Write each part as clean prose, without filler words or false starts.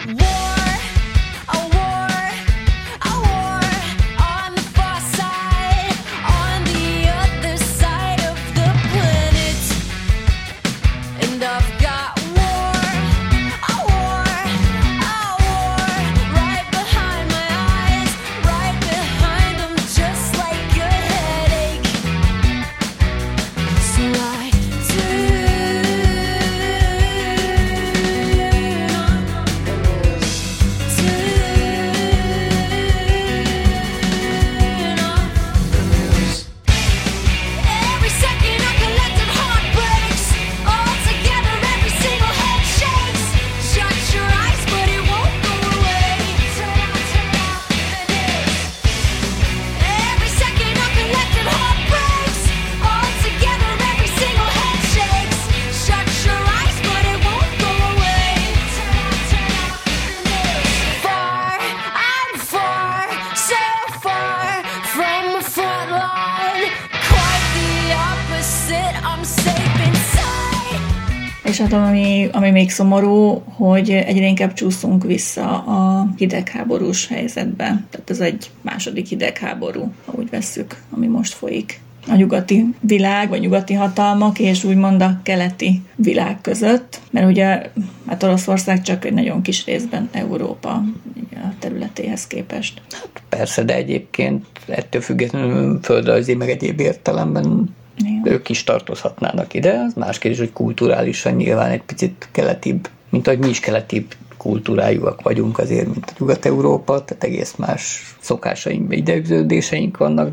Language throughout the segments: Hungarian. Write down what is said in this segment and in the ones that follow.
És hát ami még szomorú, hogy egyre inkább csúszunk vissza a hidegháborús helyzetbe. Tehát ez egy második hidegháború, ha úgy vesszük, ami most folyik a nyugati világ, vagy nyugati hatalmak, és úgymond a keleti világ között. Mert ugye hát Oroszország csak egy nagyon kis részben Európa a területéhez képest. Hát persze, de egyébként ettől függetlenül földrajzi, meg egyéb értelemben ők is tartozhatnának ide. Az más kérdés, hogy kulturálisan nyilván egy picit keletibb, mint ahogy mi is keletibb kultúrájúak vagyunk azért, mint a Nyugat-Európa, tehát egész más szokásaink, ideigződéseink vannak,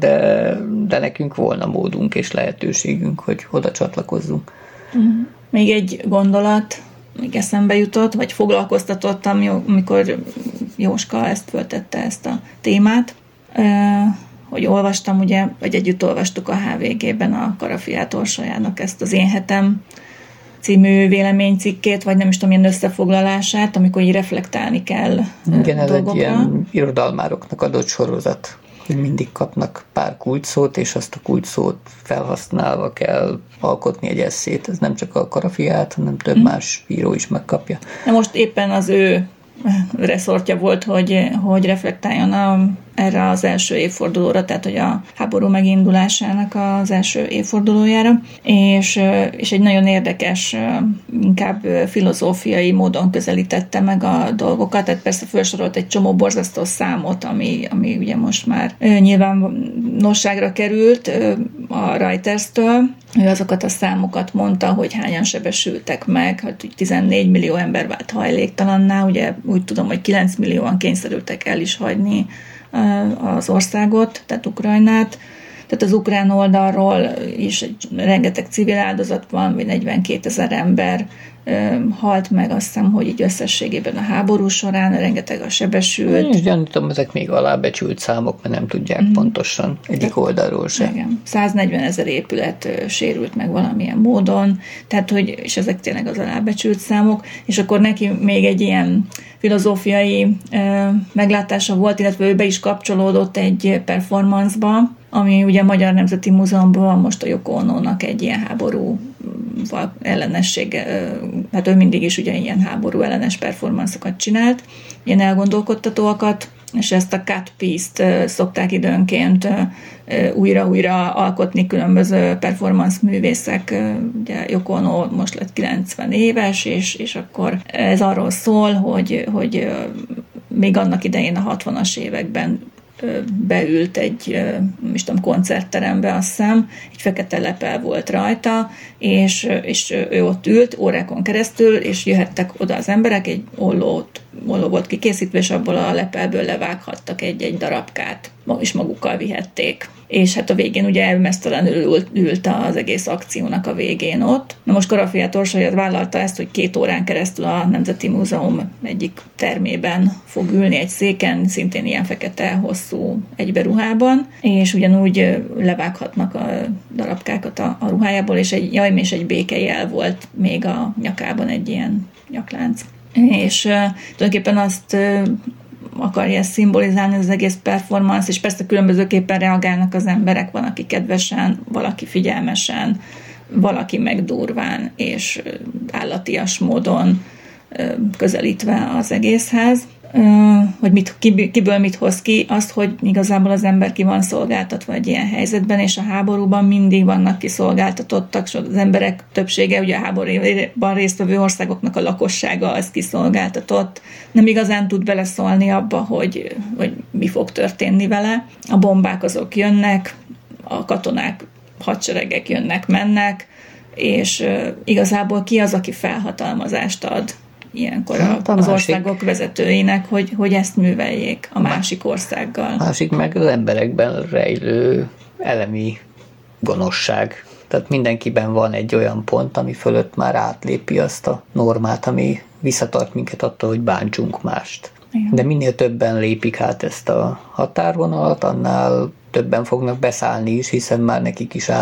de nekünk volna módunk és lehetőségünk, hogy oda csatlakozzunk. Még egy gondolat, még eszembe jutott, vagy foglalkoztatott, amikor Jóska föltette ezt a témát, hogy olvastam, ugye, vagy együtt olvastuk a HVG-ben a Karafiát Orsolyának ezt az Én hetem című véleménycikkét, vagy nem is tudom, ilyen összefoglalását, amikor így reflektálni kell igen, ez dolgokra. egy ilyen irodalmároknak adott sorozat, hogy mindig kapnak pár kulcsszót, és azt a kulcsszót felhasználva kell alkotni egy esszét. Ez nem csak a Karafiát, hanem több más író is megkapja. Na most éppen az ő reszortja volt, hogy reflektáljon erre az első évfordulóra, tehát hogy a háború megindulásának az első évfordulójára, és egy nagyon érdekes, inkább filozófiai módon közelítette meg a dolgokat, tehát persze felsorolt egy csomó borzasztó számot, ami ugye most már nyilvánosságra került a Reuters-től. Ő azokat a számokat mondta, hogy hányan sebesültek meg, hát 14 millió ember vált hajléktalanná, ugye úgy tudom, hogy 9 millióan kényszerültek el is hagyni az országot, tehát Ukrajnát. Tehát az ukrán oldalról is rengeteg civil áldozat van, vagy 42 000 ember halt meg, azt hiszem, hogy így összességében a háború során, rengeteg a sebesült. Én gyanítom, ezek még alábecsült számok, mert nem tudják pontosan egyik oldalról sem. Igen. 140 000 épület sérült meg valamilyen módon, tehát, hogy, és ezek tényleg az alábecsült számok, és akkor neki még egy ilyen filozófiai meglátása volt, illetve ő be is kapcsolódott egy performance-ba, ami ugye a Magyar Nemzeti Múzeumban most a Yoko Onónak egy ilyen háború ellenessége, hát ő mindig is ugye ilyen háború ellenes performanszokat csinált, ilyen elgondolkodtatóakat, és ezt a cut piece-t szokták időnként újra-újra alkotni különböző performance művészek. Ugye Yoko Ono most lett 90 éves, és akkor ez arról szól, hogy még annak idején a 60-as években beült egy, koncertterembe, azt hiszem, egy fekete lepel volt rajta, és ő ott ült órákon keresztül, és jöhettek oda az emberek, egy olló volt kikészítve, és abból a lepelből levághattak egy darabkát, és magukkal vihették. És hát a végén ugye mesztelenül ült az egész akciónak a végén ott. Na most Karafiát Orsolya vállalta ezt, hogy 2 órán keresztül a Nemzeti Múzeum egyik termében fog ülni egy széken, szintén ilyen fekete, hosszú egyberuhában, és ugyanúgy levághatnak a darabkákat a ruhájából, és egy békejel volt még a nyakában, egy ilyen nyaklánc. És tulajdonképpen azt akarja ezt szimbolizálni az egész performance, és persze különbözőképpen reagálnak az emberek, van, aki kedvesen, valaki figyelmesen, valaki meg durván és állatias módon közelítve az egészhez, hogy kiből mit hoz ki, azt, hogy igazából az ember ki van szolgáltatva egy ilyen helyzetben, és a háborúban mindig vannak kiszolgáltatottak, és az emberek többsége, ugye a háborúban résztvevő országoknak a lakossága az kiszolgáltatott, nem igazán tud beleszólni abba, hogy mi fog történni vele. A bombák azok jönnek, a katonák, hadseregek jönnek-mennek, és igazából ki az, aki felhatalmazást ad ilyenkor az országok vezetőinek, hogy ezt műveljék a másik országgal. Másik meg az emberekben rejlő elemi gonoszság. Tehát mindenkiben van egy olyan pont, ami fölött már átlépi azt a normát, ami visszatart minket attól, hogy bántsunk mást. Igen. De minél többen lépik át ezt a határvonalat, annál többen fognak beszállni is, hiszen már nekik is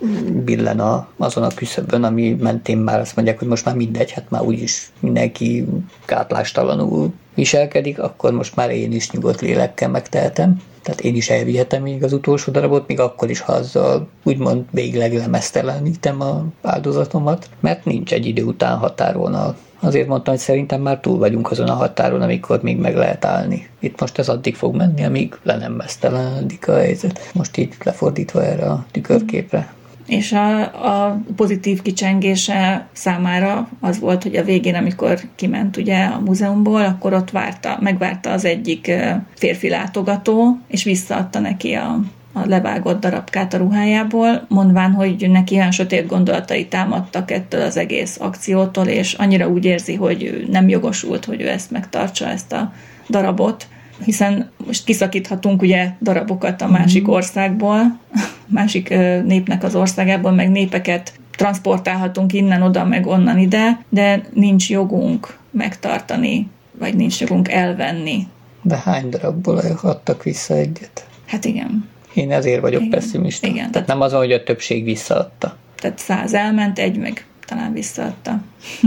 átbillen azon a küszöbön, ami mentén már azt mondják, hogy most már mindegy, hát már úgyis mindenki gátlástalanul viselkedik, akkor most már én is nyugodt lélekkel megtehetem. Tehát én is elvihetem még az utolsó darabot, még akkor is, ha azzal úgymond végleg lemeztelenítem az áldozatomat, mert nincs egy idő után határvonal. Azért mondtam, hogy szerintem már túl vagyunk azon a határon, amikor még meg lehet állni. Itt most ez addig fog menni, amíg le nem meztelenedik a helyzet. Most így lefordítva erre a tükörképre. És a pozitív kicsengése számára az volt, hogy a végén, amikor kiment ugye a múzeumból, akkor ott megvárta az egyik férfi látogató, és visszaadta neki a levágott darabkát a ruhájából, mondván, hogy neki olyan sötét gondolatai támadtak ettől az egész akciótól, és annyira úgy érzi, hogy nem jogosult, hogy ő ezt megtartsa, ezt a darabot, hiszen most kiszakíthatunk ugye darabokat a másik országból, másik népnek az országából, meg népeket transportálhatunk innen oda, meg onnan ide, de nincs jogunk megtartani, vagy nincs jogunk elvenni. De hány darabból adtak vissza egyet? Hát igen. Én ezért vagyok pessimista. Igen. Tehát nem az, hogy a többség visszaadta. Tehát 100 elment, egy meg talán visszaadta.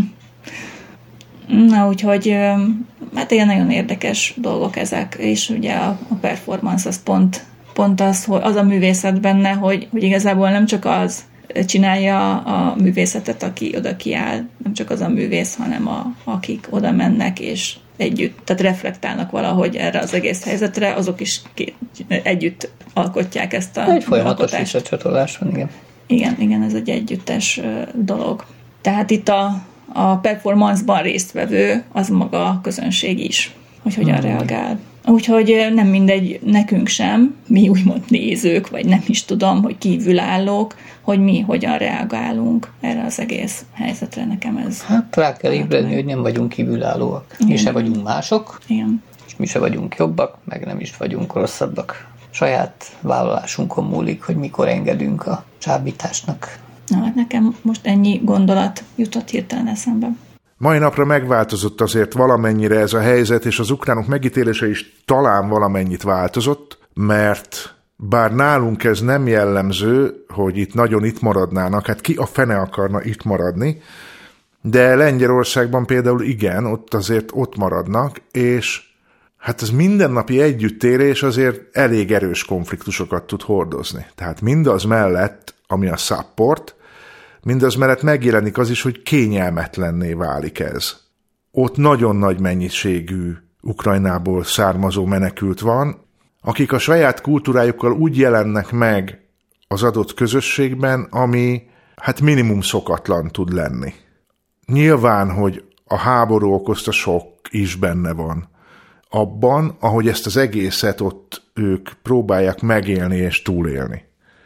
Na, úgyhogy hát ilyen nagyon érdekes dolgok ezek, és ugye a performance az pont az, hogy az a művészet benne, hogy igazából nem csak az csinálja a művészetet, aki oda kiáll, nem csak az a művész, hanem akik oda mennek, és együtt, tehát reflektálnak valahogy erre az egész helyzetre, azok is együtt alkotják ezt a egy folyamatos visszacsatolás van, igen. Igen, ez egy együttes dolog. Tehát itt a performance-ban résztvevő az maga a közönség is, hogy hogyan reagál. Úgyhogy nem mindegy nekünk sem, mi úgymond nézők, vagy nem is tudom, hogy kívülállók, hogy mi hogyan reagálunk erre az egész helyzetre. Nekem ez... Hát rá kell ébredni, hogy nem vagyunk kívülállóak. Mi se vagyunk mások, igen. És mi se vagyunk jobbak, meg nem is vagyunk rosszabbak. Saját vállalásunkon múlik, hogy mikor engedünk a csábításnak. Na, hát nekem most ennyi gondolat jutott hirtelen eszembe. Mai napra megváltozott azért valamennyire ez a helyzet, és az ukránok megítélése is talán valamennyit változott, mert bár nálunk ez nem jellemző, hogy itt nagyon itt maradnának, hát ki a fene akarna itt maradni, de Lengyelországban például igen, ott azért ott maradnak, és hát az mindennapi együttélés azért elég erős konfliktusokat tud hordozni. Tehát mindaz mellett, ami a support, mindaz mellett megjelenik az is, hogy kényelmetlenné válik ez. Ott nagyon nagy mennyiségű Ukrajnából származó menekült van, akik a saját kultúrájukkal úgy jelennek meg az adott közösségben, ami hát minimum szokatlan tud lenni. Nyilván, hogy a háború okozta sok is benne van. Abban, ahogy ezt az egészet ott ők próbálják megélni és túlélni.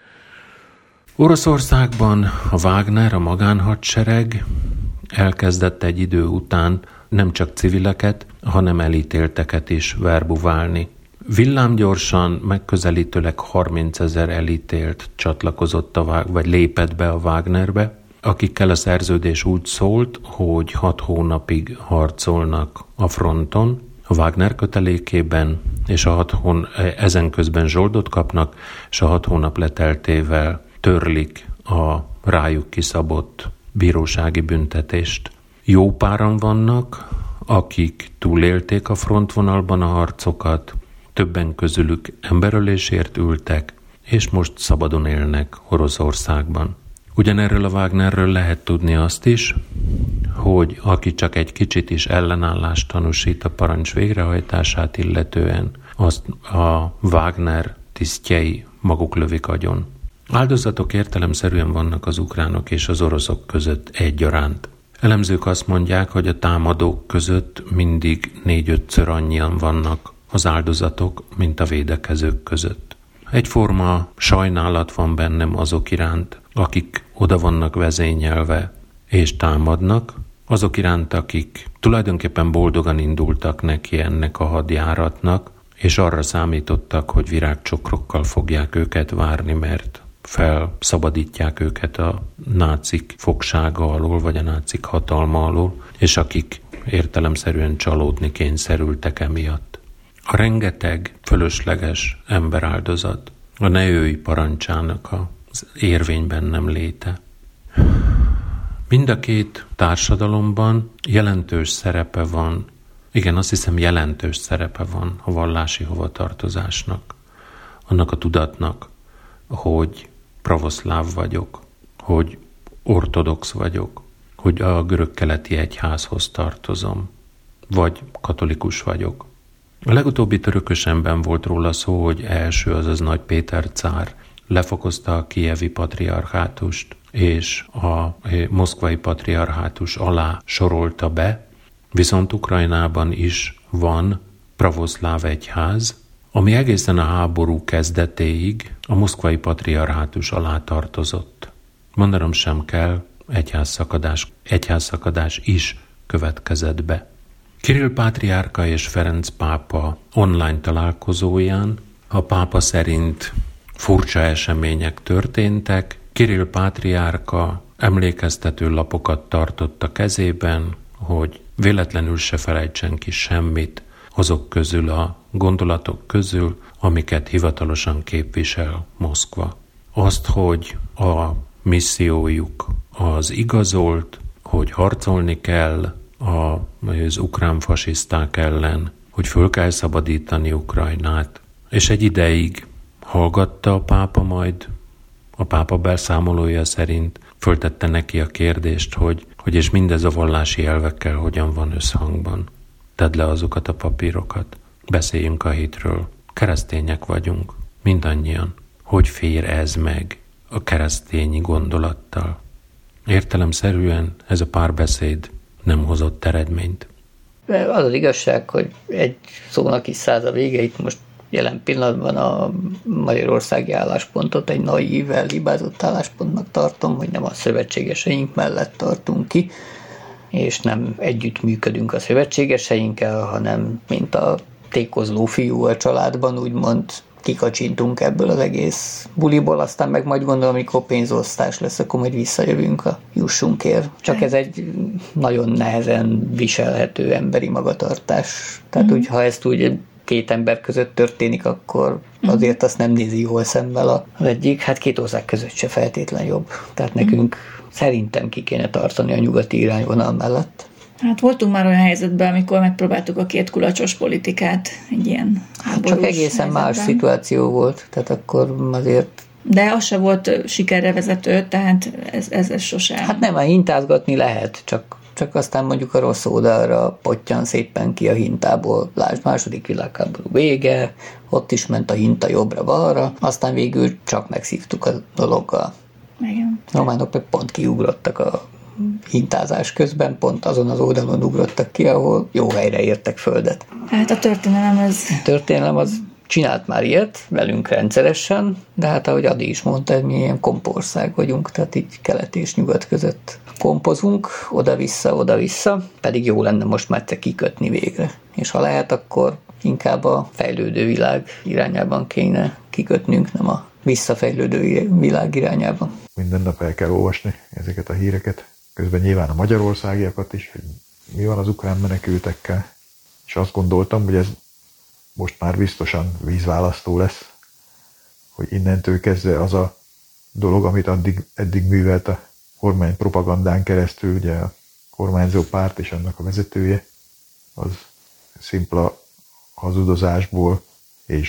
Oroszországban a Wagner, a magánhadsereg elkezdett egy idő után nem csak civileket, hanem elítélteket is verbuválni. Villámgyorsan megközelítőleg 30 000 elítélt csatlakozott vagy lépett be a Wagnerbe, akikkel a szerződés úgy szólt, hogy 6 hónapig harcolnak a fronton, a Wagner kötelékében, és ezen közben zsoldot kapnak, és a 6 hónap leteltével törlik a rájuk kiszabott bírósági büntetést. Jó páran vannak, akik túlélték a frontvonalban a harcokat, többen közülük emberölésért ültek, és most szabadon élnek Oroszországban. Ugyanerről a Wagnerről lehet tudni azt is, hogy aki csak egy kicsit is ellenállást tanúsít a parancs végrehajtását illetően, azt a Wagner tisztjei maguk lövik agyon. Áldozatok értelemszerűen vannak az ukránok és az oroszok között egyaránt. Elemzők azt mondják, hogy a támadók között mindig 4-5-ször annyian vannak az áldozatok, mint a védekezők között. Egyforma sajnálat van bennem azok iránt, akik oda vannak vezényelve és támadnak, azok iránt, akik tulajdonképpen boldogan indultak neki ennek a hadjáratnak, és arra számítottak, hogy virágcsokrokkal fogják őket várni, mert felszabadítják őket a nácik fogsága alól, vagy a nácik hatalma alól, és akik értelemszerűen csalódni kényszerültek emiatt. A rengeteg fölösleges emberáldozat, a ne jöjj parancsának az érvényben nem léte. Mind a két társadalomban jelentős szerepe van, igen, azt hiszem jelentős szerepe van a vallási hovatartozásnak, annak a tudatnak, hogy pravoszláv vagyok, hogy ortodox vagyok, hogy a görög-keleti egyházhoz tartozom, vagy katolikus vagyok. A legutóbbi Törökösenben volt róla szó, hogy első, azaz Nagy Péter cár lefokozta a kijevi patriarchátust, és a moszkvai patriarchátus alá sorolta be, viszont Ukrajnában is van pravoszláv egyház, ami egészen a háború kezdetéig a moszkvai patriarchátus alá tartozott. Mondanom sem kell, egyházszakadás is következett be. Kirill pátriárka és Ferenc pápa online találkozóján a pápa szerint furcsa események történtek. Kirill pátriárka emlékeztető lapokat tartott a kezében, hogy véletlenül se felejtsen ki semmit azok közül a gondolatok közül, amiket hivatalosan képvisel Moszkva. Azt, hogy a missziójuk az igazolt, hogy harcolni kell az ukrán fasiszták ellen, hogy föl kell szabadítani Ukrajnát, és egy ideig hallgatta a pápa, majd a pápa beszámolója szerint föltette neki a kérdést, hogy és mindez a vallási elvekkel hogyan van összhangban. Tedd le azokat a papírokat, beszéljünk a hitről. Keresztények vagyunk, mindannyian. Hogy fér ez meg a keresztényi gondolattal? Értelemszerűen ez a párbeszéd nem hozott eredményt. Az az igazság, hogy egy szónak is 100 a vége, itt most jelen pillanatban a magyarországi álláspontot egy naív, elhibázott álláspontnak tartom, hogy nem a szövetségeseink mellett tartunk ki, és nem együtt működünk a szövetségeseinkkel, hanem mint a tékozló fiú a családban, úgymond kikacsintunk ebből az egész buliból, aztán meg majd gondolom, amikor pénzosztás lesz, akkor majd visszajövünk a jussunkért. Csak ez egy nagyon nehezen viselhető emberi magatartás. Tehát úgy, ha ezt úgy két ember között történik, akkor azért azt nem nézi jól szemmel az egyik. Hát két ország között se feltétlen jobb. Tehát nekünk szerintem ki kéne tartani a nyugati irányvonal mellett. Hát voltunk már olyan helyzetben, amikor megpróbáltuk a két kulacsos politikát egy ilyen háborús csak egészen helyzetben. Más szituáció volt, tehát akkor azért... De az se volt sikerre vezető, tehát ez sosem. Hát nem, a hintázgatni lehet, csak aztán mondjuk a rossz oldalra pottyan szépen ki a hintából. Lásd, második világháború vége, ott is ment a hinta jobbra-balra, aztán végül csak megszívtuk a dologgal. Igen. A románok meg pont kiugrottak a hintázás közben, pont azon az oldalon ugrottak ki, ahol jó helyre értek földet. Hát a történelem az csinált már ilyet velünk rendszeresen, de hát ahogy Adi is mondta, mi ilyen kompország vagyunk, tehát így kelet és nyugat között kompozunk, oda-vissza, pedig jó lenne most már egyszer kikötni végre. És ha lehet, akkor inkább a fejlődő világ irányában kéne kikötnünk, nem a visszafejlődő világ irányában. Minden nap el kell olvasni ezeket a híreket, közben nyilván a magyarországiakat is, hogy mi van az ukrán menekültekkel, és azt gondoltam, hogy ez most már biztosan vízválasztó lesz, hogy innentől kezdve az a dolog, amit eddig művelt a kormány propagandán keresztül, ugye a kormányzó párt és annak a vezetője, az szimpla hazudozásból és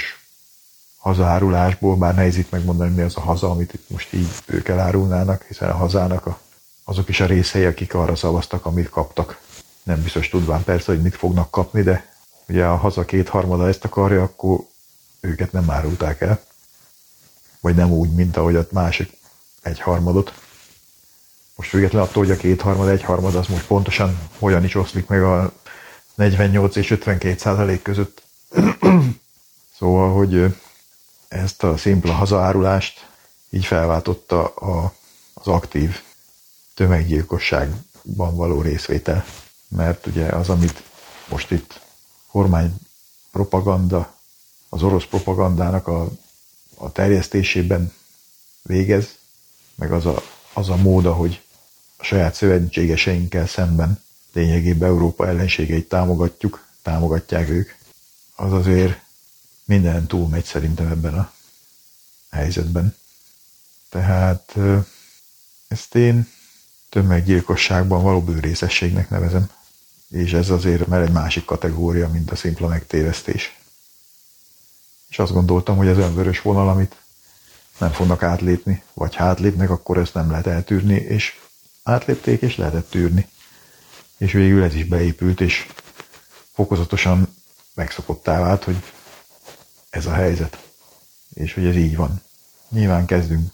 hazárulásból, bár nehéz itt megmondani, mi az a haza, amit itt most így ők elárulnának, hiszen a hazának a azok is a részei, akik arra szavaztak, amit kaptak. Nem biztos tudván persze, hogy mit fognak kapni, de ugye a haza kétharmada ezt akarja, akkor őket nem árulták el. Vagy nem úgy, mint ahogy a másik egyharmadot. Most függetlenül attól, hogy a kétharmad, egyharmad, az most pontosan hogyan is oszlik meg a 48 és 52% között. Szóval, hogy ezt a szimpla hazaárulást így felváltotta az aktív tömeggyilkosságban való részvétel. Mert ugye az, amit most itt kormánypropaganda, az orosz propagandának a terjesztésében végez, meg az a mód, ahogy a saját szövetségeseinkkel szemben lényegében Európa ellenségeit támogatják ők, az azért minden túl megy szerintem ebben a helyzetben. Tehát ezt én tömeggyilkosságban való bűnrészességnek nevezem, és ez azért már egy másik kategória, mint a szimpla megtévesztés. És azt gondoltam, hogy ez olyan vörös vonal, amit nem fognak átlépni, vagy ha átlépnek, akkor ezt nem lehet eltűrni, és átlépték, és lehetett tűrni. És végül ez is beépült, és fokozatosan megszokottá vált, hogy ez a helyzet, és hogy ez így van. Nyilván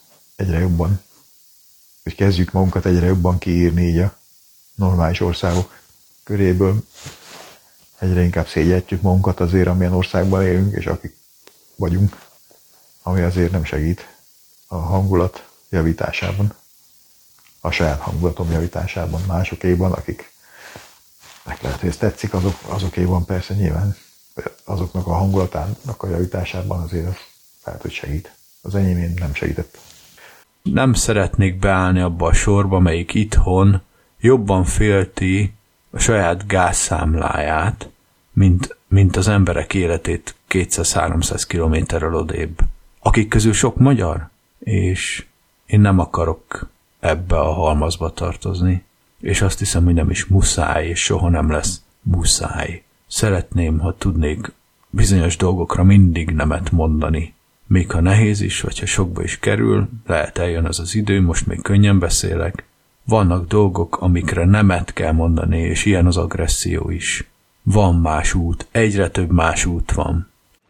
kezdjük magunkat egyre jobban kiírni így a normális országok köréből. Egyre inkább szégyeltjük magunkat azért, amilyen országban élünk, és akik vagyunk, ami azért nem segít a hangulat javításában, a saját hangulatom javításában, másokéban, akiknek lehet, hogy ez tetszik, azokéban persze nyilván, azoknak a hangulatának a javításában azért az lehet, hogy segít. Az enyémén nem segített. Nem szeretnék beállni abba a sorba, melyik itthon jobban félti a saját gázszámláját, mint az emberek életét 200-300 kilométerrel odébb. Akik közül sok magyar, és én nem akarok ebbe a halmazba tartozni, és azt hiszem, hogy nem is muszáj, és soha nem lesz muszáj. Szeretném, ha tudnék bizonyos dolgokra mindig nemet mondani. Még ha nehéz is, vagy ha sokba is kerül, lehet eljön az idő, most még könnyen beszélek. Vannak dolgok, amikre nemet kell mondani, és ilyen az agresszió is. Van más út, egyre több más út van.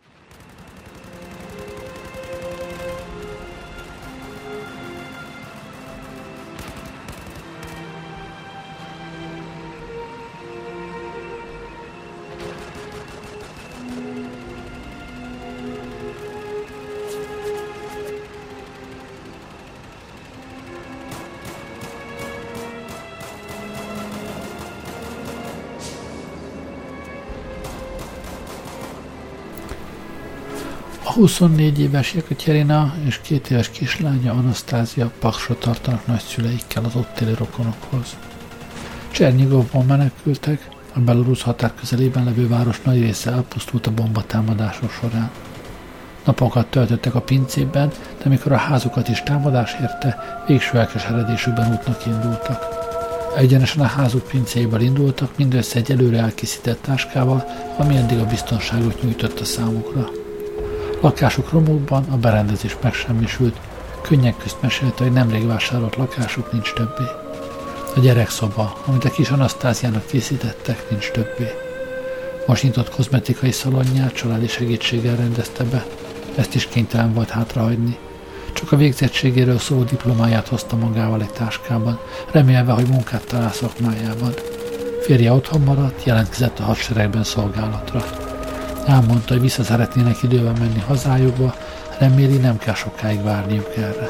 A 24 éves Jekatyerina és 2 éves kislánya Anasztázia paksot tartanak nagyszüleikkel az ott élő rokonokhoz. Csernyigovban menekültek, a belorusz határ közelében levő város nagy része elpusztult a bombatámadások során. Napokat töltöttek a pincében, de mikor a házukat is támadás érte, végső elkeseredésükben útnak indultak. Egyenesen a házuk pincéjéből indultak, mindössze egy előre elkészített táskával, ami eddig a biztonságot nyújtotta számukra. Lakásuk romokban, a berendezés megsemmisült, könnyek közt mesélte, hogy nemrég vásárolt lakásuk nincs többé. A gyerekszoba, amit a kis Anasztáziának készítettek, nincs többé. Most nyitott kozmetikai szalonját családi segítséggel rendezte be, ezt is kénytelen volt hátrahagyni. Csak a végzettségéről szóló diplomáját hozta magával egy táskában, remélve, hogy munkát talál szakmájában. Férje otthon maradt, jelentkezett a hadseregben szolgálatra. Elmondta, hogy vissza szeretnének időben menni hazájukba, reméli, nem kell sokáig várniuk erre.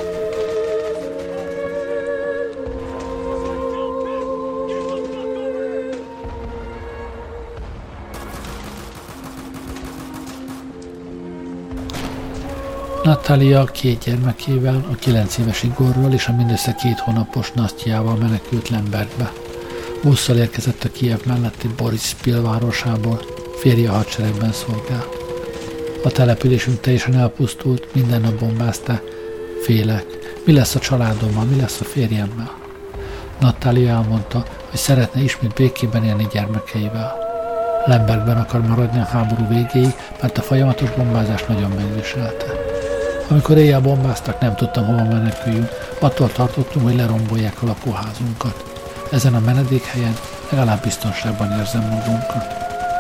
Natália 2 gyermekével, a 9 éves Igorral és a mindössze 2 hónapos Nasztjával menekült Lembergbe. Busszal érkezett a Kijev melletti Borispil városából, férje a hadseregben szolgált. A településünk teljesen elpusztult, minden nap bombázta. Félek. Mi lesz a családommal, mi lesz a férjemmel? Natália elmondta, hogy szeretne ismét békében élni gyermekeivel. Lembergben akar maradni a háború végéig, mert a folyamatos bombázás nagyon megviselte. Amikor éjjel bombáztak, nem tudtam, hova meneküljünk. Attól tartottunk, hogy lerombolják a lakóházunkat. Ezen a menedékhelyen legalább biztonságban érzem magunkat.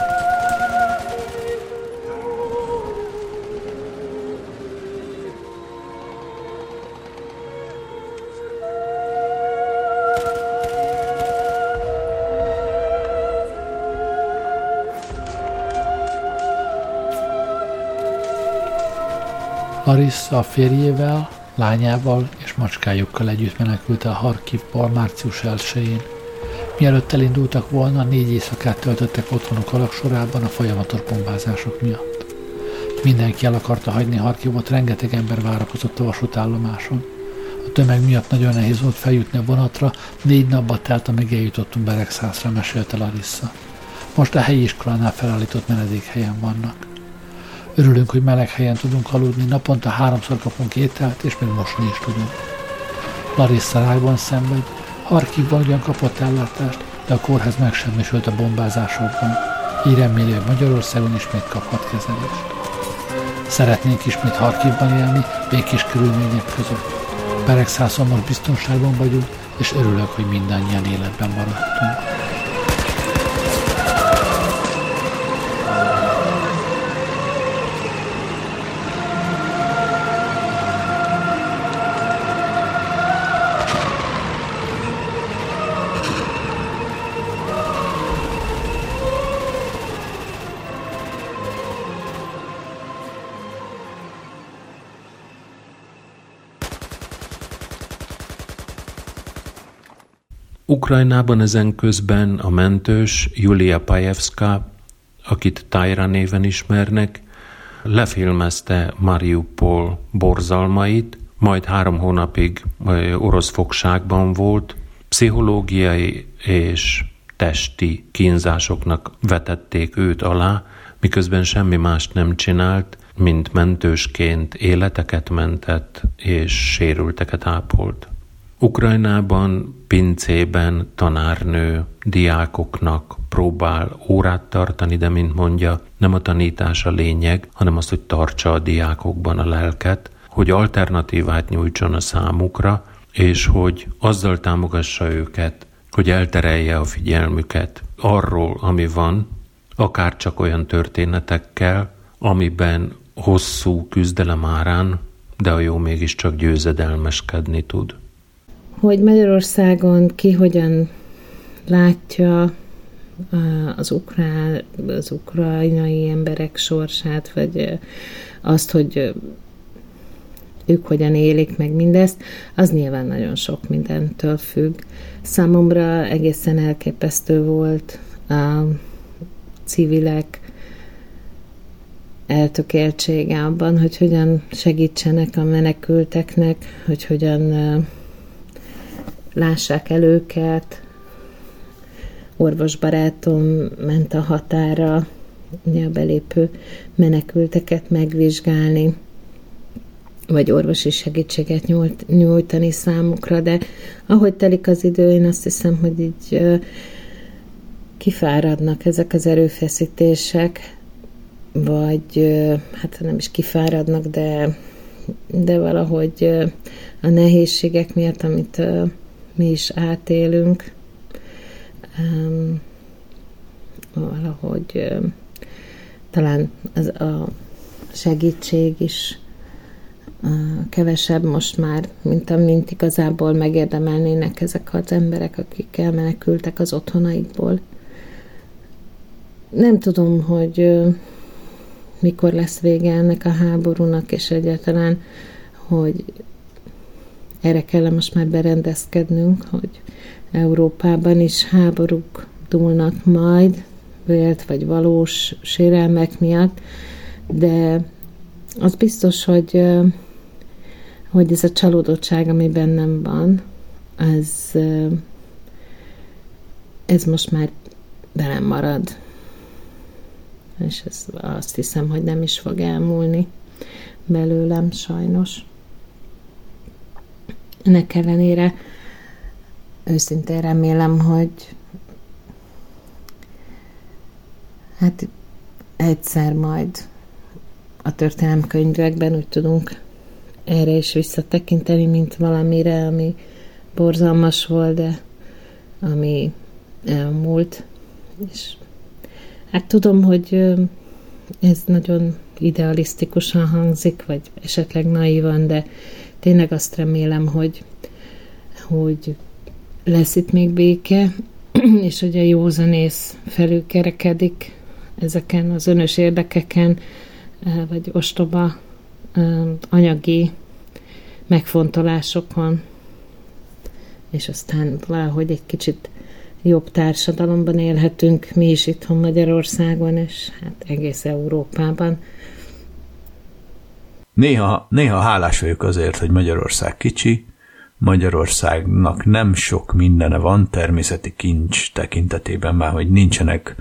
Larissa a férjével, lányával és macskájukkal együtt menekült el Harkivból március 1-én. Mielőtt elindultak volna, 4 éjszakát töltöttek otthonuk alagsorában a folyamatos bombázások miatt. Mindenki el akarta hagyni Harkivot, rengeteg ember várakozott a vasútállomáson. A tömeg miatt nagyon nehéz volt feljutni a vonatra, 4 napba telt, amíg eljutottunk Beregszászra, mesélte Larissa. Most a helyi iskolánál felállított menedékhelyen vannak. Örülünk, hogy meleg helyen tudunk aludni, naponta 3-szor kapunk ételt, és még mosni is tudunk. Larissa rákban szenved, Harkivban ugyan kapott ellátást, de a kórház megsemmisült a bombázásokban. Így reméli, hogy Magyarországon ismét kaphat kezelést. Szeretnénk ismét Harkivban élni, békés körülmények között. Beregszászon most biztonságban vagyunk, és örülök, hogy mindannyian életben maradtunk. Ukrajnában ezen közben a mentős Julia Pajevska, akit Tajra néven ismernek, lefilmezte Mariupol borzalmait, majd 3 hónapig orosz fogságban volt, pszichológiai és testi kínzásoknak vetették őt alá, miközben semmi mást nem csinált, mint mentősként életeket mentett és sérülteket ápolt. Ukrajnában, pincében tanárnő diákoknak próbál órát tartani, de mint mondja, nem a tanítás a lényeg, hanem az, hogy tartsa a diákokban a lelket, hogy alternatívát nyújtson a számukra, és hogy azzal támogassa őket, hogy elterelje a figyelmüket arról, ami van, akár csak olyan történetekkel, amiben hosszú küzdelem árán, de a jó mégiscsak győzedelmeskedni tud. Hogy Magyarországon ki hogyan látja az ukrajnai emberek sorsát, vagy azt, hogy ők hogyan élik meg mindezt, az nyilván nagyon sok mindentől függ. Számomra egészen elképesztő volt a civilek eltökéltsége abban, hogy hogyan segítsenek a menekülteknek, hogy hogyan lássák el őket. Orvosbarátom ment a határa, ugye a belépő menekülteket megvizsgálni, vagy orvosi segítséget nyújtani számukra, de ahogy telik az idő, én azt hiszem, hogy így kifáradnak ezek az erőfeszítések, vagy hát nem is kifáradnak, de valahogy a nehézségek miatt, amit mi is átélünk, valahogy talán az a segítség is kevesebb most már, mint igazából megérdemelnének ezek az emberek, akik elmenekültek az otthonaikból. Nem tudom, hogy mikor lesz vége ennek a háborúnak, és egyáltalán, hogy erre kell most már berendezkednünk, hogy Európában is háborúk dúlnak majd, vélt vagy valós sérelmek miatt, de az biztos, hogy ez a csalódottság, ami bennem van, ez most már velem marad. És azt hiszem, hogy nem is fog elmúlni belőlem, sajnos. Ennek ellenére őszintén remélem, hogy hát egyszer majd a történelemkönyvekben úgy tudunk erre is visszatekinteni, mint valamire, ami borzalmas volt, de ami elmúlt. És hát tudom, hogy ez nagyon idealisztikusan hangzik, vagy esetleg naívan, de tényleg azt remélem, hogy lesz itt még béke, és hogy a józanész felülkerekedik ezeken az önös érdekeken, vagy ostoba anyagi megfontolásokon, és aztán valahogy egy kicsit jobb társadalomban élhetünk mi is itthon Magyarországon, és hát egész Európában. Néha hálás vagyok azért, hogy Magyarország kicsi, Magyarországnak nem sok mindene van természeti kincs tekintetében, már hogy nincsenek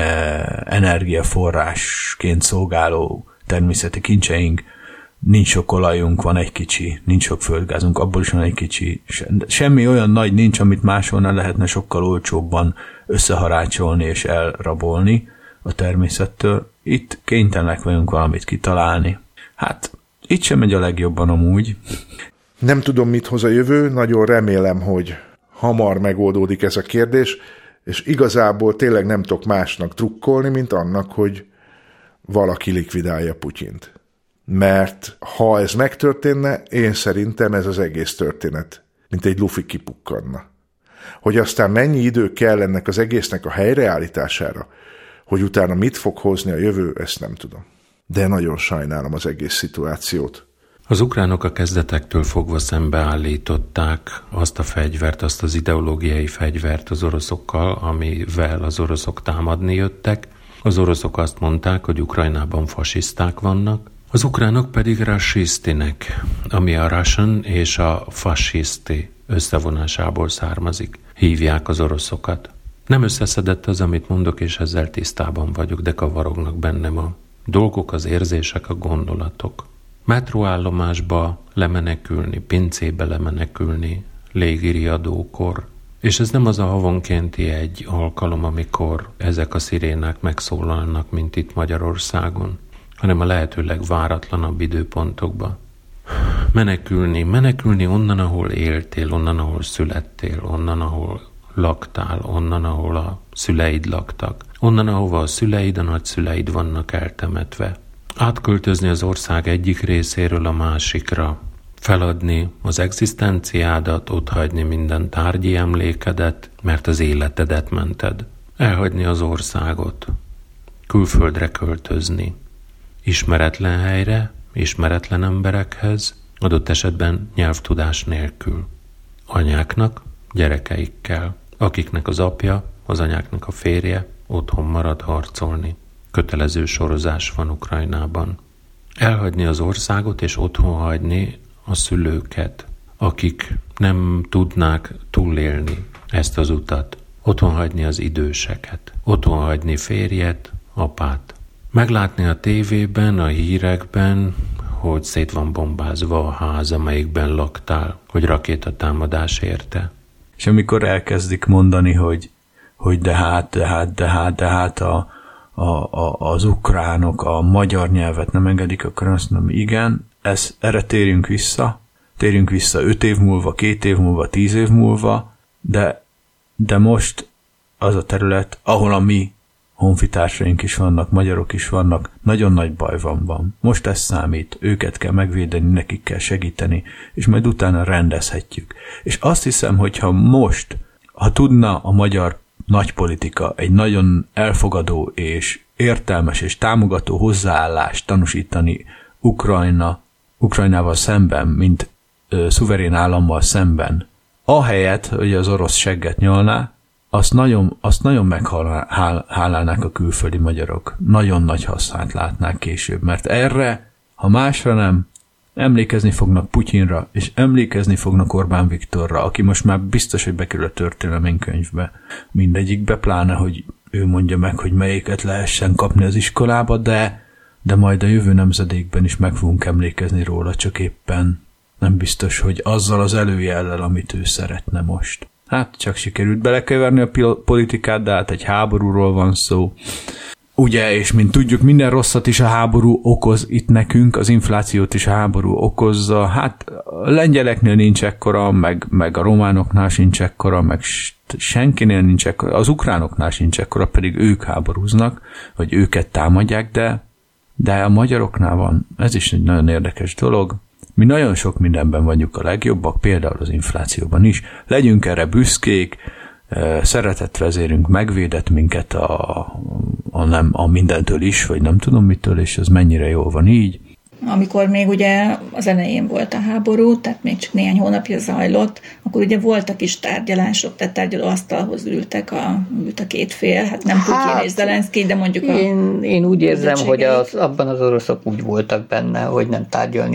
energiaforrásként szolgáló természeti kincseink, nincs sok olajunk, van egy kicsi, nincs sok földgázunk, abból is van egy kicsi. Semmi olyan nagy nincs, amit máshol ne lehetne sokkal olcsóbban összeharácsolni és elrabolni a természettől. Itt kénytelenek vagyunk valamit kitalálni. Hát, itt sem megy a legjobban amúgy. Nem tudom, mit hoz a jövő, nagyon remélem, hogy hamar megoldódik ez a kérdés, és igazából tényleg nem tudok másnak trukkolni, mint annak, hogy valaki likvidálja Putyint. Mert ha ez megtörténne, én szerintem ez az egész történet, mint egy lufi kipukkanna. Hogy aztán mennyi idő kell ennek az egésznek a helyreállítására, hogy utána mit fog hozni a jövő, ezt nem tudom. De nagyon sajnálom az egész szituációt. Az ukránok a kezdetektől fogva szembeállították azt a fegyvert, azt az ideológiai fegyvert az oroszokkal, amivel az oroszok támadni jöttek. Az oroszok azt mondták, hogy Ukrajnában fasiszták vannak, az ukránok pedig rassisztinek, ami a Russian és a fasiszti összevonásából származik. Hívják az oroszokat. Nem összeszedett az, amit mondok, és ezzel tisztában vagyok, de kavarognak bennem a dolgok, az érzések, a gondolatok. Metróállomásba lemenekülni, pincébe lemenekülni, légiriadókor. És ez nem az a havonkénti egy alkalom, amikor ezek a szirénák megszólalnak, mint itt Magyarországon, hanem a lehető legváratlanabb időpontokba. Menekülni onnan, ahol éltél, onnan, ahol születtél, onnan, ahol laktál, onnan, ahol a szüleid laktak, onnan, ahova a szüleid, a nagyszüleid vannak eltemetve. Átköltözni az ország egyik részéről a másikra, feladni az egzisztenciádat, otthagyni minden tárgyi emlékedet, mert az életedet mented. Elhagyni az országot, külföldre költözni, ismeretlen helyre, ismeretlen emberekhez, adott esetben nyelvtudás nélkül. Anyáknak, gyerekeikkel, akiknek az apja, az anyáknak a férje otthon marad harcolni. Kötelező sorozás van Ukrajnában. Elhagyni az országot és otthon hagyni a szülőket, akik nem tudnák túlélni ezt az utat. Otthon hagyni az időseket. Otthon hagyni férjet, apát. Meglátni a tévében, a hírekben, hogy szét van bombázva a ház, amelyikben laktál, hogy rakétatámadás érte. És amikor elkezdik mondani, hogy de hát az ukránok a magyar nyelvet nem engedik, akkor azt mondom, igen, erre térjünk vissza 5 év múlva, 2 év múlva, 10 év múlva, de most az a terület, ahol a mi honfitársaink is vannak, magyarok is vannak, nagyon nagy baj van. Most ez számít, őket kell megvédeni, nekik kell segíteni, és majd utána rendezhetjük. És azt hiszem, hogyha most, ha tudna a magyar nagypolitika egy nagyon elfogadó és értelmes és támogató hozzáállást tanúsítani Ukrajnával szemben, mint szuverén állammal szemben, ahelyett, hogy az orosz segget nyalná, azt nagyon meghálálnák a külföldi magyarok. Nagyon nagy hasznát látnák később, mert erre, ha másra nem, emlékezni fognak Putyinra, és emlékezni fognak Orbán Viktorra, aki most már biztos, hogy bekerül a történelemkönyvbe. Mindegyikbe, pláne, hogy ő mondja meg, hogy melyiket lehessen kapni az iskolába, de majd a jövő nemzedékben is meg fogunk emlékezni róla, csak éppen nem biztos, hogy azzal az előjellel, amit ő szeretne most. Hát csak sikerült belekeverni a politikát, de hát egy háborúról van szó. Ugye, és mint tudjuk, minden rosszat is a háború okoz itt nekünk, az inflációt is a háború okozza. Hát a lengyeleknél nincs ekkora, meg a románoknál sincs ekkora, meg senkinél nincs ekkora, az ukránoknál sincs ekkora, pedig ők háborúznak, vagy őket támadják, de a magyaroknál van. Ez is egy nagyon érdekes dolog. Mi nagyon sok mindenben vagyunk a legjobbak, például az inflációban is. Legyünk erre büszkék, szeretett vezérünk megvédett minket a mindentől is, vagy nem tudom mitől, és ez mennyire jól van így. Amikor még ugye az elején volt a háború, tehát még csak néhány hónapja zajlott, akkor ugye voltak is tárgyalások, tehát tárgyalóasztalhoz ült a két fél, hát nem Putyin és Zelenszkij, de mondjuk én úgy érzem, hogy abban az oroszok úgy voltak benne, hogy nem tárgyalni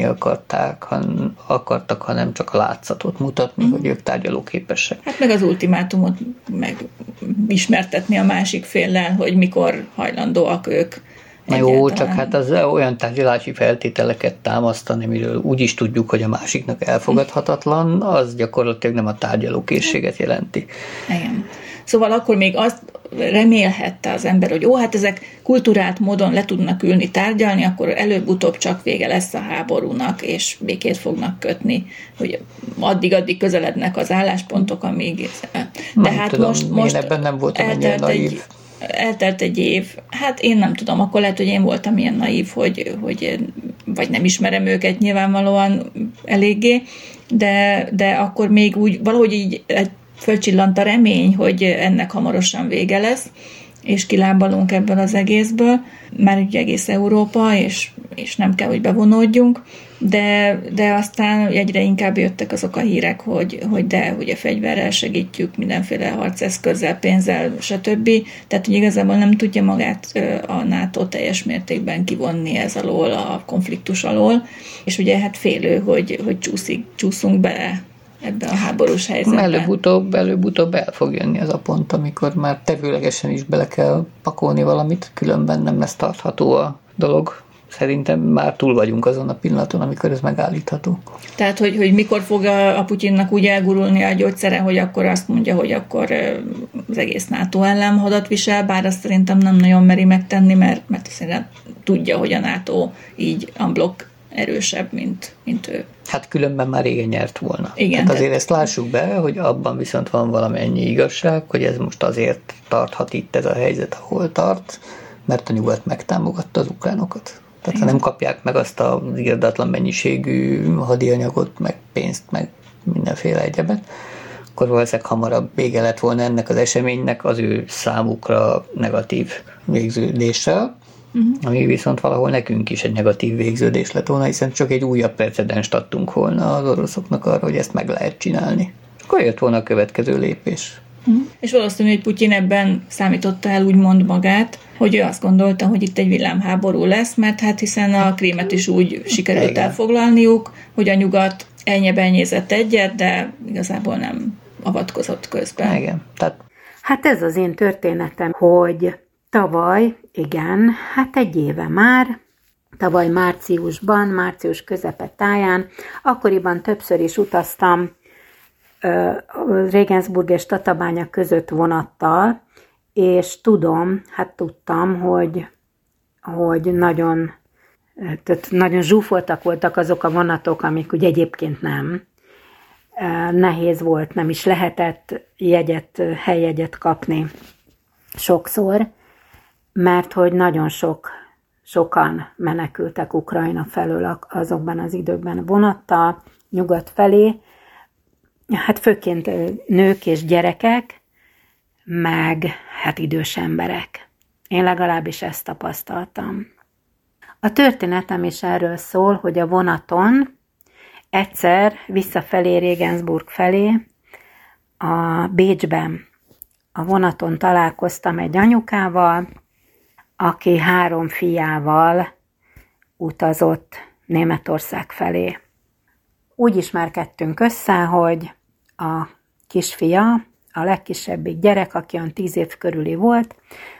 akartak, hanem csak a látszatot mutatni, hogy ők tárgyalóképesek. Hát meg az ultimátumot meg ismertetni a másik féllel, hogy mikor hajlandóak ők. Na jó, csak hát az olyan tárgyalási feltételeket támasztani, miről úgy is tudjuk, hogy a másiknak elfogadhatatlan, az gyakorlatilag nem a tárgyalókészséget jelenti. Igen. Szóval akkor még azt remélhette az ember, hogy hát ezek kulturált módon le tudnak ülni, tárgyalni, akkor előbb-utóbb csak vége lesz a háborúnak, és békét fognak kötni, hogy addig közelednek az álláspontok, amíg... De hát tudom, most ebben nem voltam ennyire naív. Eltelt egy év, hát én nem tudom, akkor lehet, hogy én voltam ilyen naív, hogy vagy nem ismerem őket nyilvánvalóan eléggé, de akkor még úgy valahogy így fölcsillant a remény, hogy ennek hamarosan vége lesz, és kilábalunk ebből az egészből, már ugye egész Európa, és nem kell, hogy bevonódjunk, de aztán egyre inkább jöttek azok a hírek, hogy a fegyverrel segítjük, mindenféle harceszközzel, pénzzel, stb. Tehát, hogy igazából nem tudja magát a NATO teljes mértékben kivonni ez alól, a konfliktus alól, és ugye hát félő, hogy csúszunk bele ebbe a háborús helyzetbe. Előbb-utóbb el fog jönni az a pont, amikor már tevőlegesen is bele kell pakolni valamit, különben nem lesz tartható a dolog. Szerintem már túl vagyunk azon a pillanaton, amikor ez megállítható. Tehát, hogy mikor fog a Putyinnak úgy elgurulni a gyógyszere, hogy akkor azt mondja, hogy akkor az egész NATO ellen hadat visel, bár azt szerintem nem nagyon meri megtenni, mert szerintem tudja, hogy a NATO így unblock erősebb, mint ő. Hát különben már régen nyert volna. Igen, hát azért ezt lássuk be, hogy abban viszont van valamennyi igazság, hogy ez most azért tarthat itt ez a helyzet, ahol tart, mert a nyugat megtámogatta az ukránokat. Tehát ha nem kapják meg azt az irdatlan mennyiségű hadianyagot, meg pénzt, meg mindenféle egyebet, akkor valószínűleg hamarabb vége lett volna ennek az eseménynek az ő számukra negatív végződéssel, ami viszont valahol nekünk is egy negatív végződés lett volna, hiszen csak egy újabb precedenst adtunk volna az oroszoknak arra, hogy ezt meg lehet csinálni. Akkor jött volna a következő lépés. És valószínű, hogy Putyin ebben számította el úgymond magát, hogy ő azt gondolta, hogy itt egy villámháború lesz, mert hát hiszen a Krímet is úgy sikerült elfoglalniuk, hogy a nyugat elnyebenyézett egyet, de igazából nem avatkozott közben. Igen. Hát ez az én történetem, hogy tavaly, hát egy éve már, tavaly március közepetáján, akkoriban többször is utaztam Regensburg és Tatabánya között vonattal, és tudtam, hogy nagyon zsúfoltak voltak azok a vonatok, amik ugye egyébként nem. Nehéz volt, nem is lehetett helyjegyet kapni sokszor, mert hogy nagyon sokan menekültek Ukrajna felől azokban az időkben vonattal, nyugat felé, hát főként nők és gyerekek, meg hát idős emberek. Én legalábbis ezt tapasztaltam. A történetem is erről szól, hogy a vonaton egyszer visszafelé Regensburg felé a Bécsben a vonaton találkoztam egy anyukával, aki 3 fiával utazott Németország felé. Úgy ismerkedtünk össze, hogy a kisfia, a legkisebbik gyerek, aki olyan 10 év körüli volt,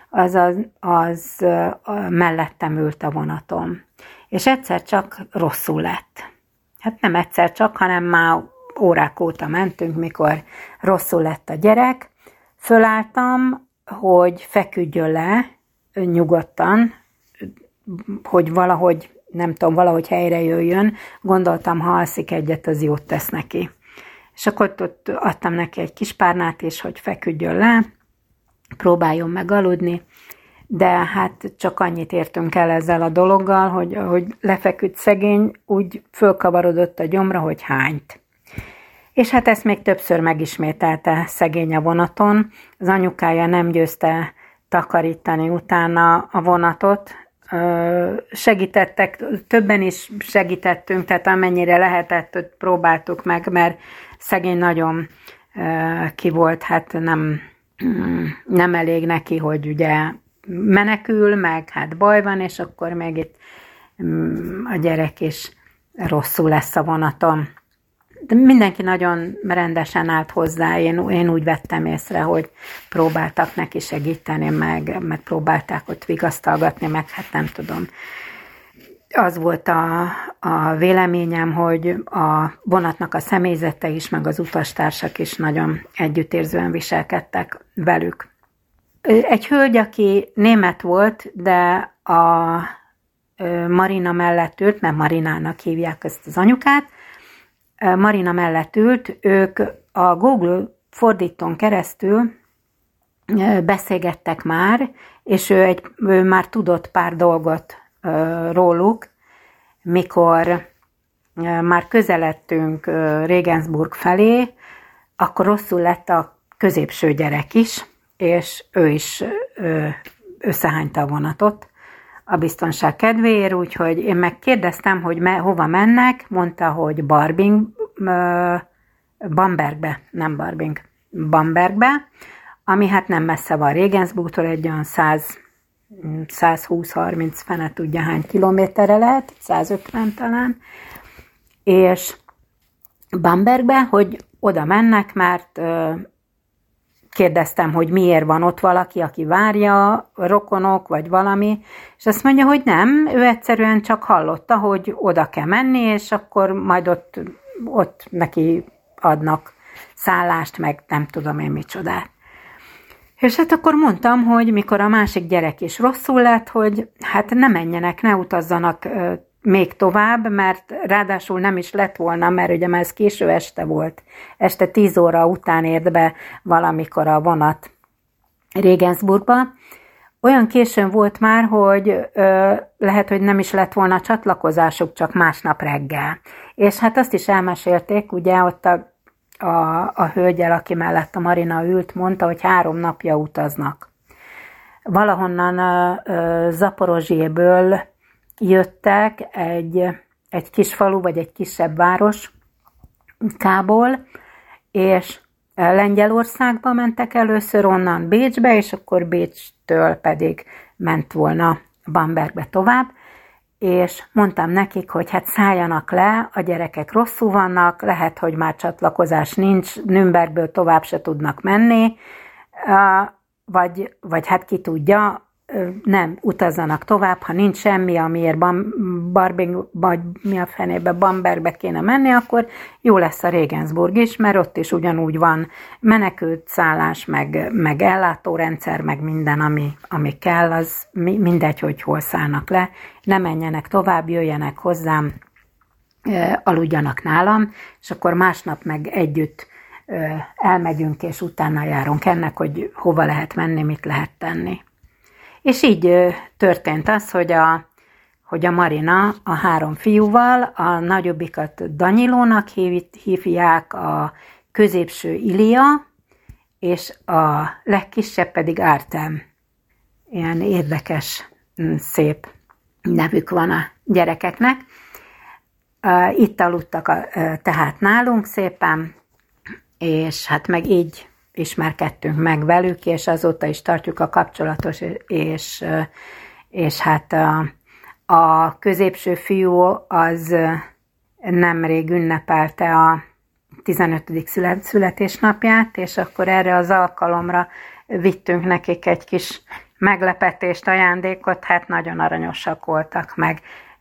az mellettem ült a vonaton. És egyszer csak rosszul lett. Hát nem egyszer csak, hanem már órák óta mentünk, mikor rosszul lett a gyerek. Fölálltam, hogy feküdjön le, nyugodtan, hogy valahogy, nem tudom, valahogy helyre jöjjön, gondoltam, ha alszik egyet, az jót tesz neki. És akkor ott adtam neki egy kis párnát, és hogy feküdjön le, próbáljon meg aludni, de hát csak annyit értünk el ezzel a dologgal, hogy lefeküdt szegény, úgy fölkavarodott a gyomra, hogy hányt. És hát ezt még többször megismételte szegény a vonaton. Az anyukája nem győzte takarítani utána a vonatot. Segítettek, többen is segítettünk, tehát amennyire lehetett, próbáltuk meg, mert szegény nagyon ki volt, hát nem elég neki, hogy ugye menekül, meg hát baj van, és akkor még itt a gyerek is rosszul lesz a vonaton. De mindenki nagyon rendesen állt hozzá, én úgy vettem észre, hogy próbáltak neki segíteni, meg próbálták ott vigasztalgatni, meg hát nem tudom. Az volt a véleményem, hogy a vonatnak a személyzete is, meg az utastársak is nagyon együttérzően viselkedtek velük. Egy hölgy, aki német volt, de a Marina mellett ült, mert Marinának hívják ezt az anyukát, Marina mellett ült, ők a Google fordítón keresztül beszélgettek már, és ő már tudott pár dolgot róluk, mikor már közeledtünk Regensburg felé, akkor rosszul lett a középső gyerek is, és ő is összehányta a vonatot a biztonság kedvéért, úgyhogy én megkérdeztem, hogy hova mennek, mondta, hogy Bambergbe, ami hát nem messze van Regensburgtól, egy olyan 120-30 fene tudja hány kilométerre lehet, 150 talán, és Bambergbe, hogy oda mennek, mert kérdeztem, hogy miért van ott valaki, aki várja, rokonok, vagy valami, és azt mondja, hogy nem, ő egyszerűen csak hallotta, hogy oda kell menni, és akkor majd ott neki adnak szállást, meg nem tudom én micsodát. És hát akkor mondtam, hogy mikor a másik gyerek is rosszul lett, hogy hát ne menjenek, ne utazzanak még tovább, mert ráadásul nem is lett volna, mert ugye már ez késő este volt. Este 10 óra után ért be valamikor a vonat Regensburgba. Olyan későn volt már, hogy lehet, hogy nem is lett volna csatlakozásuk, csak másnap reggel. És hát azt is elmesélték, ugye ott a hölgyel, aki mellett a Marina ült, mondta, hogy 3 napja utaznak. Valahonnan Zaporozséből jöttek egy kis falu, vagy egy kisebb város Kából, és Lengyelországba mentek először, onnan Bécsbe, és akkor Bécstől pedig ment volna Bambergbe tovább, és mondtam nekik, hogy hát szálljanak le, a gyerekek rosszul vannak, lehet, hogy már csatlakozás nincs, Nürnbergből tovább se tudnak menni, vagy hát ki tudja, nem utazzanak tovább, ha nincs semmi, amiért Bambergbe kéne menni, akkor jó lesz a Regensburg is, mert ott is ugyanúgy van menekült szállás, meg ellátórendszer, meg minden, ami kell, az mindegy, hogy hol szállnak le. Ne menjenek tovább, jöjjenek hozzám, aludjanak nálam, és akkor másnap meg együtt elmegyünk, és utána járunk ennek, hogy hova lehet menni, mit lehet tenni. És így történt az, hogy a Marina a 3 fiúval, a nagyobbikat Danilónak hívják, a középső Ilia, és a legkisebb pedig Artem. Ilyen érdekes, szép nevük van a gyerekeknek. Itt aludtak tehát nálunk szépen, és hát meg így ismerkedtünk meg velük, és azóta is tartjuk a kapcsolatot, és hát a középső fiú az nemrég ünnepelte a 15. születésnapját, és akkor erre az alkalomra vittünk nekik egy kis meglepetést, ajándékot, hát nagyon aranyosak voltak, meg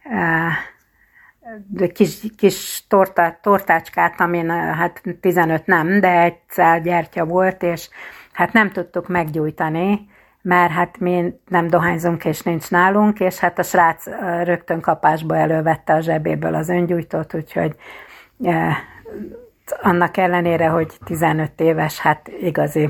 kis tortácskát, amin hát 15 nem, de egy szál gyertya volt, és hát nem tudtuk meggyújtani, mert hát mi nem dohányzunk, és nincs nálunk, és hát a srác rögtön kapásba elővette a zsebéből az öngyújtót, úgyhogy annak ellenére, hogy 15 éves, hát igazi,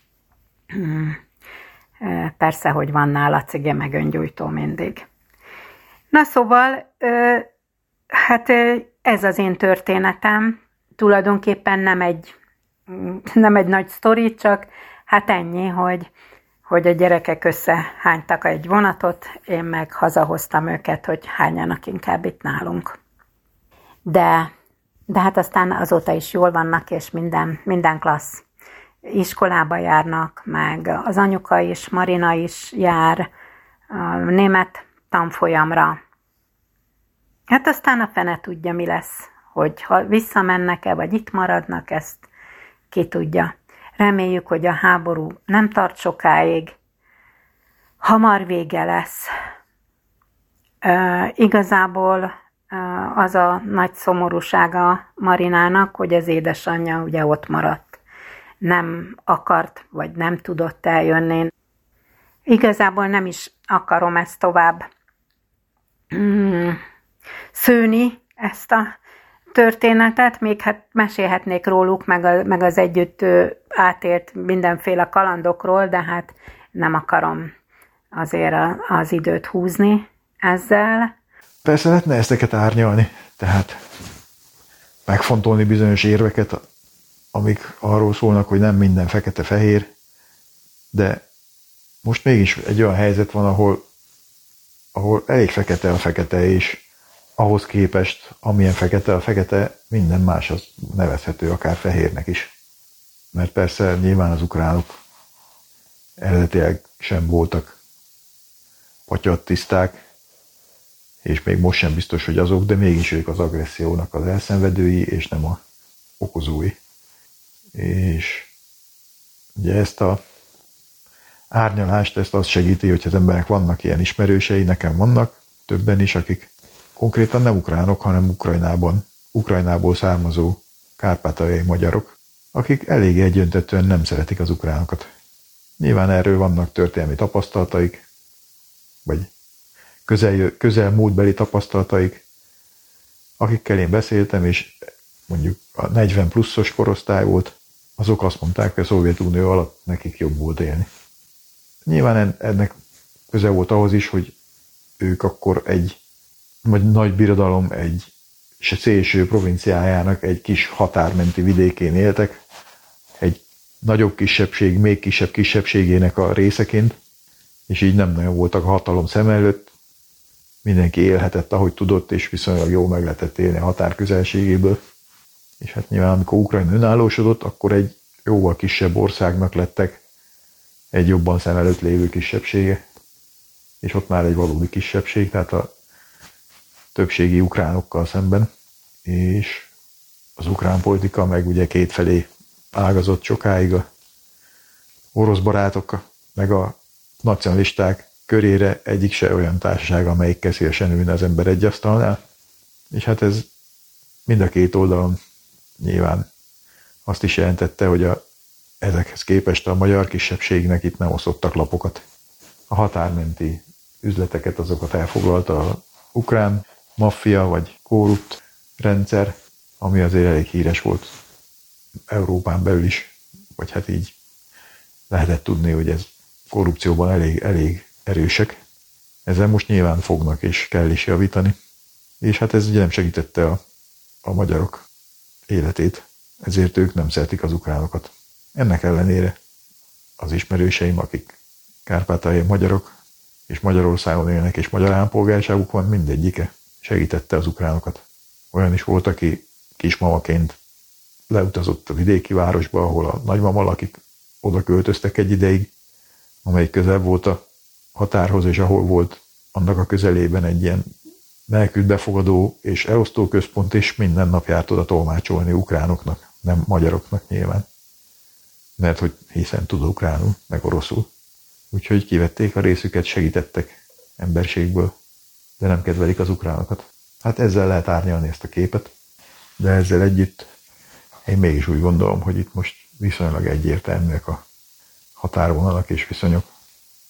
persze, hogy van nála cige, meg öngyújtó mindig. Na szóval, hát ez az én történetem, tulajdonképpen nem egy nagy sztori, csak hát ennyi, hogy a gyerekek összehánytak egy vonatot, én meg hazahoztam őket, hogy hányjanak inkább itt nálunk. De hát aztán azóta is jól vannak, és minden klassz. Iskolába járnak, meg az anyuka is, Marina is jár a német tanfolyamra. Hát aztán a fene tudja, mi lesz, hogy ha visszamennek-e, vagy itt maradnak, ezt ki tudja. Reméljük, hogy a háború nem tart sokáig, hamar vége lesz. Igazából az a nagy szomorúsága Marinának, hogy az édesanyja ugye ott maradt. Nem akart, vagy nem tudott eljönni. Igazából nem is akarom ezt tovább szőni, ezt a történetet, még hát mesélhetnék róluk, meg az együtt átélt mindenféle kalandokról, de hát nem akarom azért az időt húzni ezzel. Persze lehetne ezteket árnyalni, tehát megfontolni bizonyos érveket, amik arról szólnak, hogy nem minden fekete-fehér, de most mégis egy olyan helyzet van, ahol elég fekete a fekete, és ahhoz képest, amilyen fekete a fekete, minden más az nevezhető akár fehérnek is. Mert persze nyilván az ukránok eredetileg sem voltak patyattiszták, és még most sem biztos, hogy azok, de mégis ők az agressziónak az elszenvedői, és nem a okozói. És ugye ezt a árnyalást, ezt azt segíti, hogy az emberek vannak ilyen ismerősei, nekem vannak, többen is, akik konkrétan nem ukránok, hanem Ukrajnából származó kárpátaljai magyarok, akik elég egyöntetően nem szeretik az ukránokat. Nyilván erről vannak történelmi tapasztalataik, vagy közelmúltbeli tapasztalataik, akikkel én beszéltem, és mondjuk a 40 pluszos korosztály volt, azok azt mondták, hogy a Szovjetunió alatt nekik jobb volt élni. Nyilván ennek köze volt ahhoz is, hogy ők akkor egy nagy birodalom egy szélső provinciájának egy kis határmenti vidékén éltek, egy nagyobb kisebbség, még kisebb kisebbségének a részeként, és így nem nagyon voltak a hatalom szem előtt. Mindenki élhetett, ahogy tudott, és viszonylag jól meg lehetett élni a határ közelségéből. És hát nyilván, amikor Ukrajna önállósodott, akkor egy jóval kisebb országnak lettek egy jobban szem előtt lévő kisebbsége. És ott már egy valódi kisebbség, tehát a többségi ukránokkal szemben, és az ukrán politika meg ugye kétfelé ágazott sokáig, a orosz barátok meg a nacionalisták körére egyik se olyan társaság, amelyikkel szívesen ülne az ember egy asztalnál, és hát ez mind a két oldalon nyilván azt is jelentette, hogy ezekhez képest a magyar kisebbségnek itt nem osztottak lapokat. A határmenti üzleteket, azokat elfoglalta az ukrán maffia vagy korrupt rendszer, ami azért elég híres volt Európán belül is, vagy hát így lehetett tudni, hogy ez korrupcióban elég erősek. Ezzel most nyilván fognak és kell is javítani. És hát ez ugye nem segítette a magyarok életét, ezért ők nem szeretik az ukránokat. Ennek ellenére az ismerőseim, akik kárpátaljai magyarok, és Magyarországon élnek, és magyar állampolgárságuk van, mindegyike segítette az ukránokat. Olyan is volt, aki kismamaként leutazott a vidéki városba, ahol a nagymama lakik, oda költöztek egy ideig, amelyik közel volt a határhoz, és ahol volt annak a közelében egy ilyen menekült befogadó és elosztó központ, és minden nap járt oda tolmácsolni ukránoknak, nem magyaroknak nyilván. Mert hogy hiszen tud ukránul, meg oroszul. Úgyhogy kivették a részüket, segítettek emberségből, de nem kedvelik az ukránokat. Hát ezzel lehet árnyalni ezt a képet, de ezzel együtt én mégis úgy gondolom, hogy itt most viszonylag egyértelműek a határvonalak és viszonyok.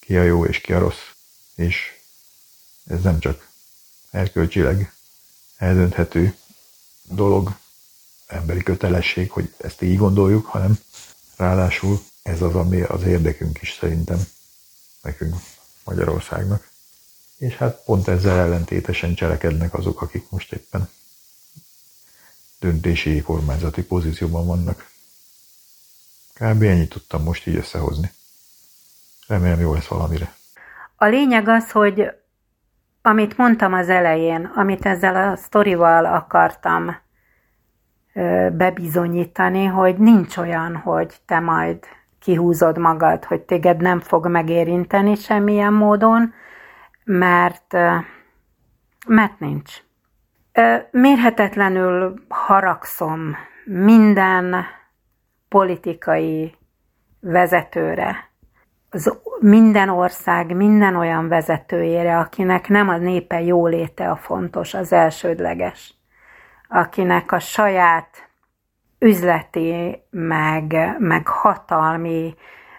ki a jó és ki a rossz. És ez nem csak erkölcsileg eldönthető dolog, emberi kötelesség, hogy ezt így gondoljuk, hanem ráadásul ez az, ami az érdekünk is szerintem nekünk Magyarországnak. És hát pont ezzel ellentétesen cselekednek azok, akik most éppen döntési, kormányzati pozícióban vannak. Kb. Ennyit tudtam most így összehozni. Remélem jó lesz valamire. A lényeg az, hogy amit mondtam az elején, amit ezzel a sztorival akartam bebizonyítani, hogy nincs olyan, hogy te majd kihúzod magad, hogy téged nem fog megérinteni semmilyen módon, mert nincs. Mérhetetlenül haragszom minden politikai vezetőre, minden ország, minden olyan vezetőjére, akinek nem a népe jóléte a fontos, az elsődleges, akinek a saját üzleti, meg hatalmi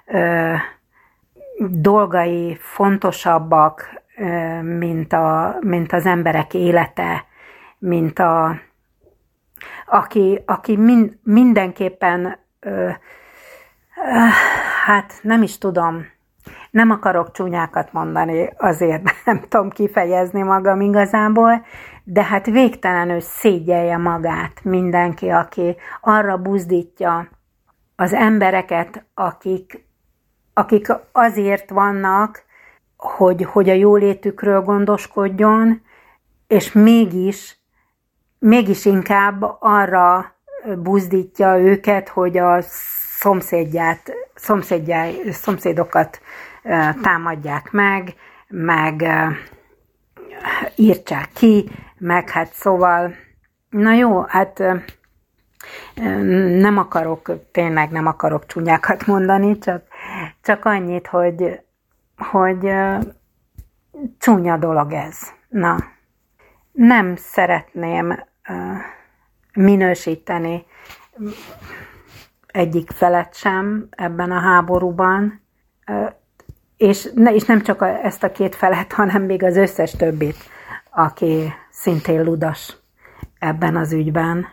dolgai fontosabbak, mint az emberek élete, aki mindenképpen, hát nem is tudom, nem akarok csúnyákat mondani, azért nem tudom kifejezni magam igazából, de hát végtelenül szégyelje magát mindenki, aki arra buzdítja az embereket, akik azért vannak, hogy a jólétükről gondoskodjon, és mégis inkább arra buzdítja őket, hogy a szomszédokat támadják meg írtsák ki, meg hát szóval, na jó, hát tényleg nem akarok csúnyákat mondani, csak annyit, hogy csúnya dolog ez. Na, nem szeretném minősíteni egyik felet sem ebben a háborúban, és nem csak ezt a két felet, hanem még az összes többit, aki szintén ludas ebben az ügyben.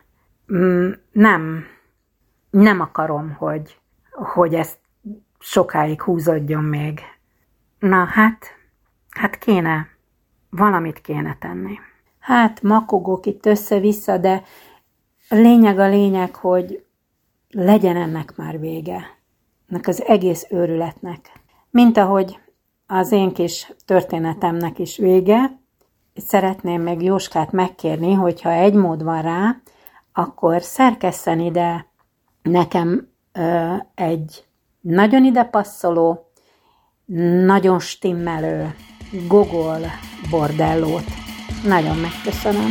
Nem akarom, hogy ezt sokáig húzódjon még. Na hát valamit kéne tenni. Hát makogok itt össze-vissza, de a lényeg, hogy legyen ennek már vége. Ennek az egész őrületnek. Mint ahogy az én kis történetemnek is vége, szeretném még Jóskát megkérni, hogyha egy mód van rá, akkor szerkesszen ide nekem egy nagyon ide passzoló, nagyon stimmelő gogol bordellót. Nagyon megköszönöm.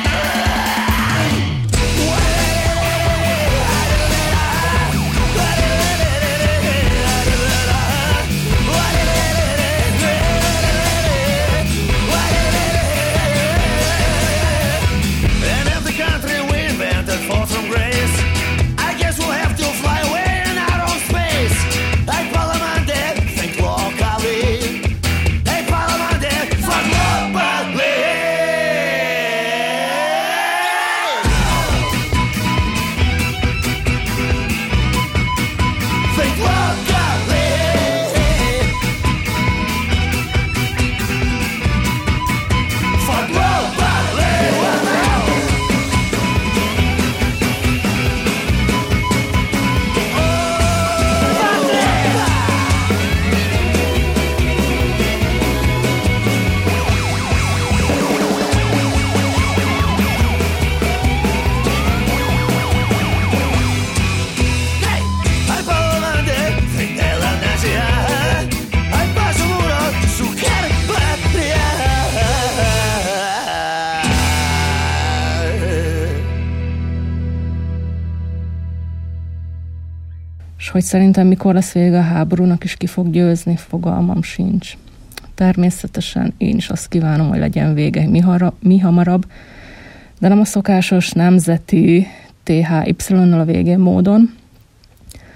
Hogy szerintem mikor lesz vége a háborúnak, és ki fog győzni, fogalmam sincs. Természetesen én is azt kívánom, hogy legyen vége mi hamarabb, de nem a szokásos nemzeti THY-nal a végén módon.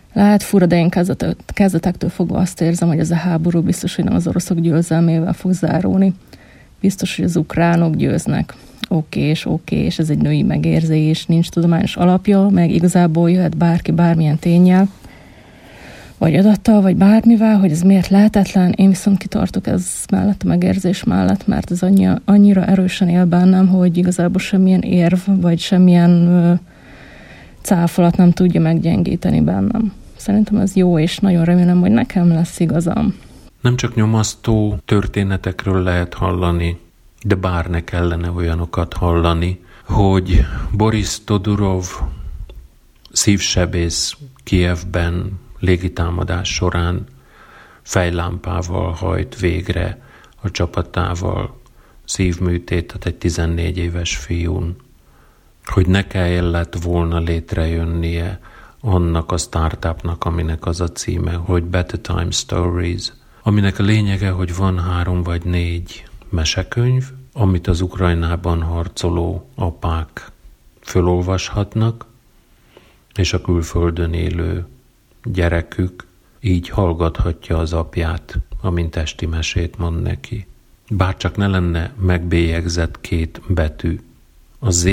Lehet fura, de én kezdetektől fogva azt érzem, hogy ez a háború biztos, hogy nem az oroszok győzelmével fog zárulni. Biztos, hogy az ukránok győznek. Oké, és ez egy női megérzés, nincs tudományos alapja, meg igazából jöhet bárki bármilyen ténnyel, vagy adattal, vagy bármivel, hogy ez miért lehetetlen. Én viszont kitartok ez mellett, a megérzés mellett, mert ez annyira erősen él bennem, hogy igazából semmilyen érv, vagy semmilyen cáfolat nem tudja meggyengíteni bennem. Szerintem ez jó, és nagyon remélem, hogy nekem lesz igazam. Nem csak nyomasztó történetekről lehet hallani, de bár ne kellene olyanokat hallani, hogy Boris Todorov, szívsebész Kijevben légitámadás során fejlámpával hajt végre a csapatával szívműtétet egy 14 éves fiún, hogy ne kellett volna létrejönnie annak a startupnak, aminek az a címe, hogy Better Time Stories, aminek a lényege, hogy van 3 vagy 4 mesekönyv, amit az Ukrajnában harcoló apák fölolvashatnak, és a külföldön élő gyerekük így hallgathatja az apját, amint esti mesét mond neki. Bárcsak ne lenne megbélyegzett 2 betű, a Z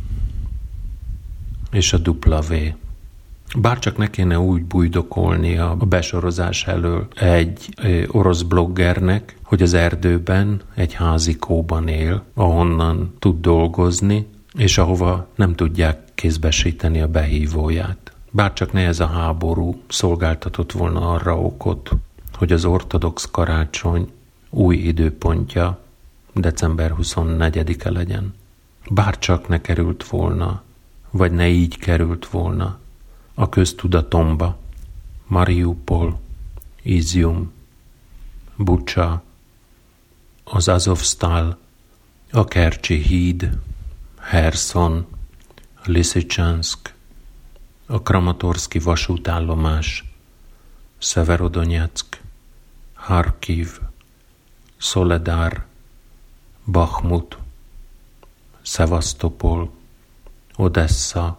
és a W. Bárcsak ne kéne úgy bujdokolnia a besorozás elől egy orosz bloggernek, hogy az erdőben egy házikóban él, ahonnan tud dolgozni, és ahova nem tudják kézbesíteni a behívóját. Bárcsak ne ez a háború szolgáltatott volna arra okot, hogy az ortodox karácsony új időpontja december 24-e legyen. Bárcsak ne került volna, vagy ne így került volna a köztudatomba Mariupol, Izium, Bucsa, az Azovstal, a Kercsi híd, Herson, Liszicsanszk, a Kramatorszki vasútállomás, Szeverodonyeck, Harkiv, Szoledár, Bachmut, Szevasztopol, Odessa,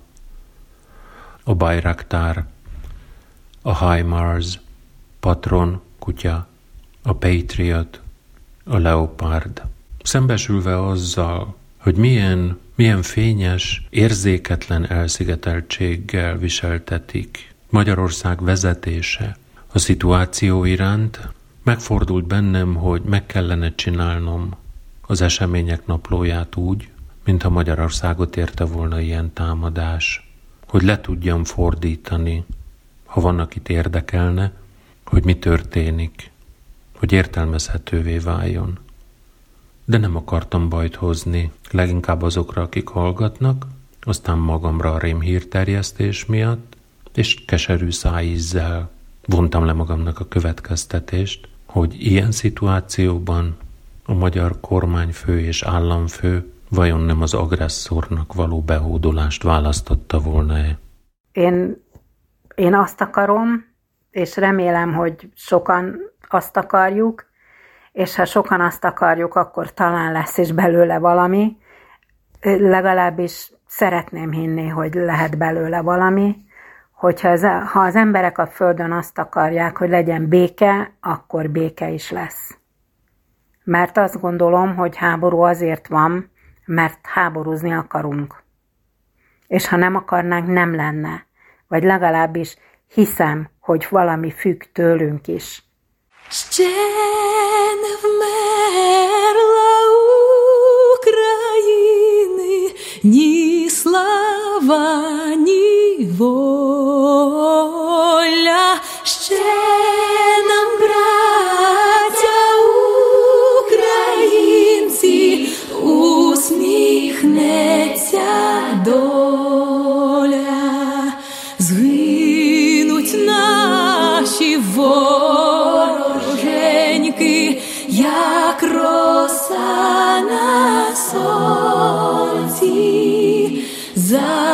a Bayraktár, a HIMARS, Patron kutya, a Patriot, a Leopard. Szembesülve azzal, hogy milyen fényes, érzéketlen elszigeteltséggel viseltetik Magyarország vezetése a szituáció iránt, megfordult bennem, hogy meg kellene csinálnom az események naplóját úgy, mintha Magyarországot érte volna ilyen támadás, hogy le tudjam fordítani, ha van, akit érdekelne, hogy mi történik, hogy értelmezhetővé váljon. De nem akartam bajt hozni, leginkább azokra, akik hallgatnak, aztán magamra a rémhírterjesztés miatt, és keserű szájízzel vontam le magamnak a következtetést, hogy ilyen szituációban a magyar kormányfő és államfő vajon nem az agresszornak való behódolást választotta volna-e? Én azt akarom, és remélem, hogy sokan azt akarjuk, és ha sokan azt akarjuk, akkor talán lesz is belőle valami. Legalábbis szeretném hinni, hogy lehet belőle valami, hogyha ha az emberek a Földön azt akarják, hogy legyen béke, akkor béke is lesz. Mert azt gondolom, hogy háború azért van, mert háborúzni akarunk. És ha nem akarnánk, nem lenne. Vagy legalábbis hiszem, hogy valami függ tőlünk is. Ще не вмерла України ні слава, ні воля. Ще нам, браття українці, усміхнеться доля. Згинуть наші вороженьки, як роса на сонці.